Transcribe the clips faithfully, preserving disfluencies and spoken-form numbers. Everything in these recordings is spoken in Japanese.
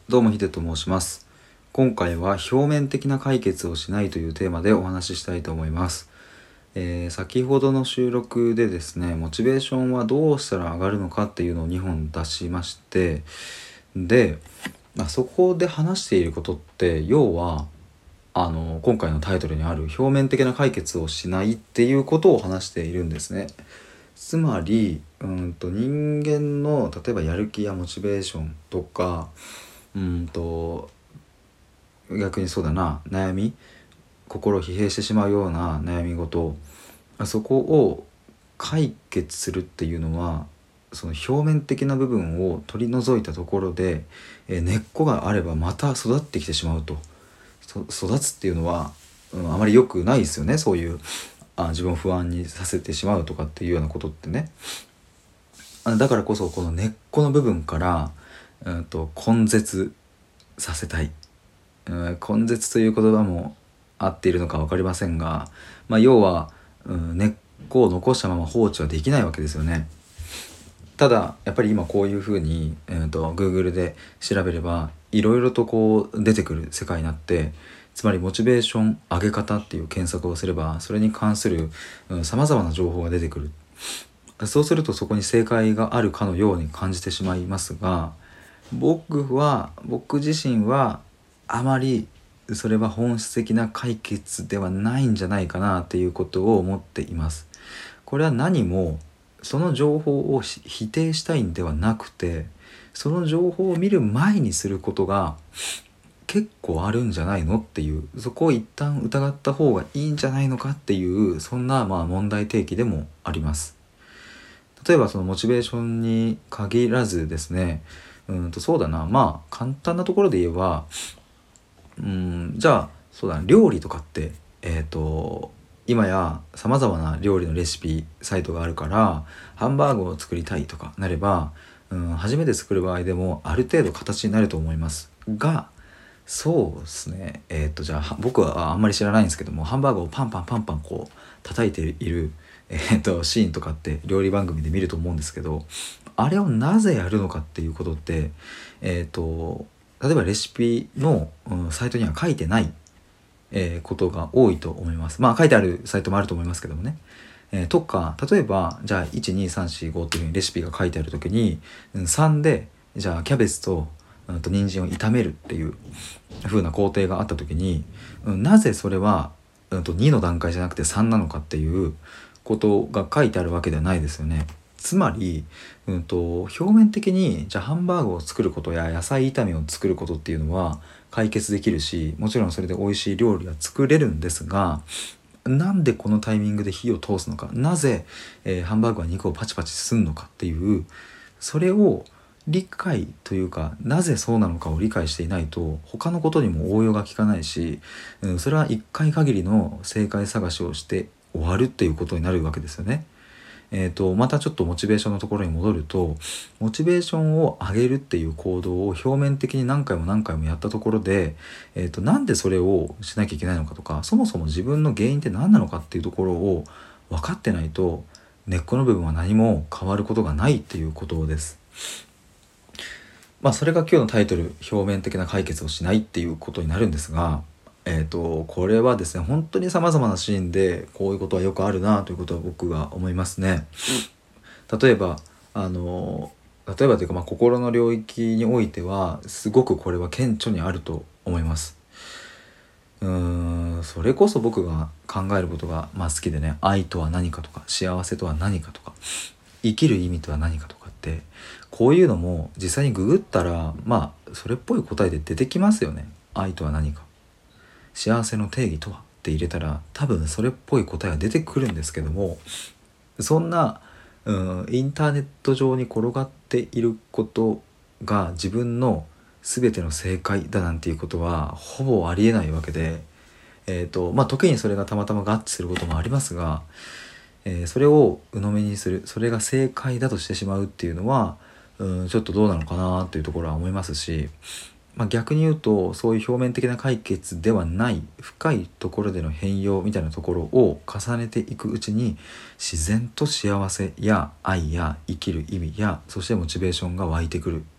どうもヒデと申します。今回は表面的な解決をしないというテーマでお話ししたいと思います。えー先ほどの収録でですね、モチベーションはどうしたら上がるのかっていうのをにほん出しまして、で、まあ、そこで話していることって要はあの今回のタイトルにある表面的な解決をしないっていうことを話しているんですね。つまりうんと人間の例えばやる気やモチベーションとかうんと逆にそうだな悩み心を疲弊してしまうような悩み事、そこを解決するっていうのはその表面的な部分を取り除いたところで、えー根っこがあればまた育ってきてしまうと。そ育つっていうのは、うん、あまり良くないですよね。そういうあ自分を不安にさせてしまうとかっていうようなことってね。あだからこそこの根っこの部分から、うん、と根絶させたい。うん、根絶という言葉も合っているのか分かりませんが、まあ、要は、うん、根っこを残したまま放置はできないわけですよね。ただやっぱり今こういうふうに、えー、と Google で調べればいろいろとこう出てくる世界になって、つまりモチベーション上げ方っていう検索をすればそれに関するさまざまな情報が出てくる。そうするとそこに正解があるかのように感じてしまいますが、僕は僕自身はあまりそれは本質的な解決ではないんじゃないかなっていうことを思っています。これは何もその情報を否定したいんではなくて、その情報を見る前にすることが結構あるんじゃないのっていう、そこを一旦疑った方がいいんじゃないのかっていう、そんなまあ問題提起でもあります。例えばそのモチベーションに限らずですね、うんとそうだな、まあ簡単なところで言えば、うんじゃあそうだな、料理とかってえっ、と今やさまざまな料理のレシピサイトがあるから、ハンバーグを作りたいとかなれば、うん、初めて作る場合でもある程度形になると思いますが、そうですね、えっ、とじゃあ僕はあんまり知らないんですけども、ハンバーグをパンパンパンパンこう叩いている、えー、とシーンとかって料理番組で見ると思うんですけど、あれをなぜやるのかっていうことって、えっ、と例えばレシピの、うん、サイトには書いてない、えーことが多いと思います。まあ書いてあるサイトもあると思いますけどもね。えーとか例えばじゃあいちにさんしごっていうふうにレシピが書いてある時に、うん、さんでじゃあキャベツと、うん、と人参を炒めるっていう風な工程があった時に、うん、なぜそれは、うん、とにの段階じゃなくてさんなのかっていうことが書いてあるわけではないですよね。つまり、うん、と表面的にじゃあハンバーグを作ることや野菜炒めを作ることっていうのは解決できるし、もちろんそれで美味しい料理は作れるんですが、なんでこのタイミングで火を通すのか、なぜ、えーハンバーグは肉をパチパチすんのかっていう、それを理解というか、なぜそうなのかを理解していないと他のことにも応用が効かないし、うん、それは一回限りの正解探しをして終わるっていうことになるわけですよね。えー、とまたちょっとモチベーションのところに戻ると、モチベーションを上げるっていう行動を表面的に何回も何回もやったところで、えー、となんでそれをしなきゃいけないのかとか、そもそも自分の原因って何なのかっていうところを分かってないと、根っこの部分は何も変わることがないっていうことです。まあそれが今日のタイトル、表面的な解決をしないっていうことになるんですが、えー、とこれはですね、本当に様々なシーンでこういうことはよくあるなということは僕は思いますね。例えばあの例えばというか、まあ、心の領域においてはすごくこれは顕著にあると思います。うーんそれこそ僕が考えることが、まあ、好きでね、愛とは何かとか幸せとは何かとか生きる意味とは何かとかって、こういうのも実際にググったらまあそれっぽい答えで出てきますよね。愛とは何か、幸せの定義とはって入れたら多分それっぽい答えが出てくるんですけども、そんな、うん、インターネット上に転がっていることが自分の全ての正解だなんていうことはほぼありえないわけで、えーとまあ、時にそれがたまたま合致することもありますが、えーそれを鵜呑みにする、それが正解だとしてしまうっていうのは、うん、ちょっとどうなのかなというところは思いますし、まあ、逆に言うとそういう表面的な解決ではない深いところでの変容みたいなところを重ねていくうちに、自然と幸せや愛や生きる意味やそしてモチベーションが湧いてくる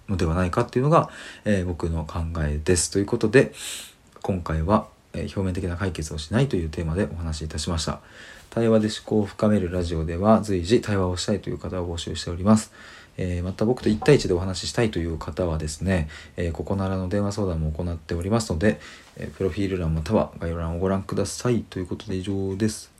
のではないかっていうのが、えー僕の考えです。ということで今回は、えー表面的な解決をしないというテーマでお話しいたしました。対話で思考を深めるラジオでは随時対話をしたいという方を募集しております。えーまた僕といち対いちでお話ししたいという方はですね、えーここならの電話相談も行っておりますので、えープロフィール欄または概要欄をご覧ください。ということで以上です。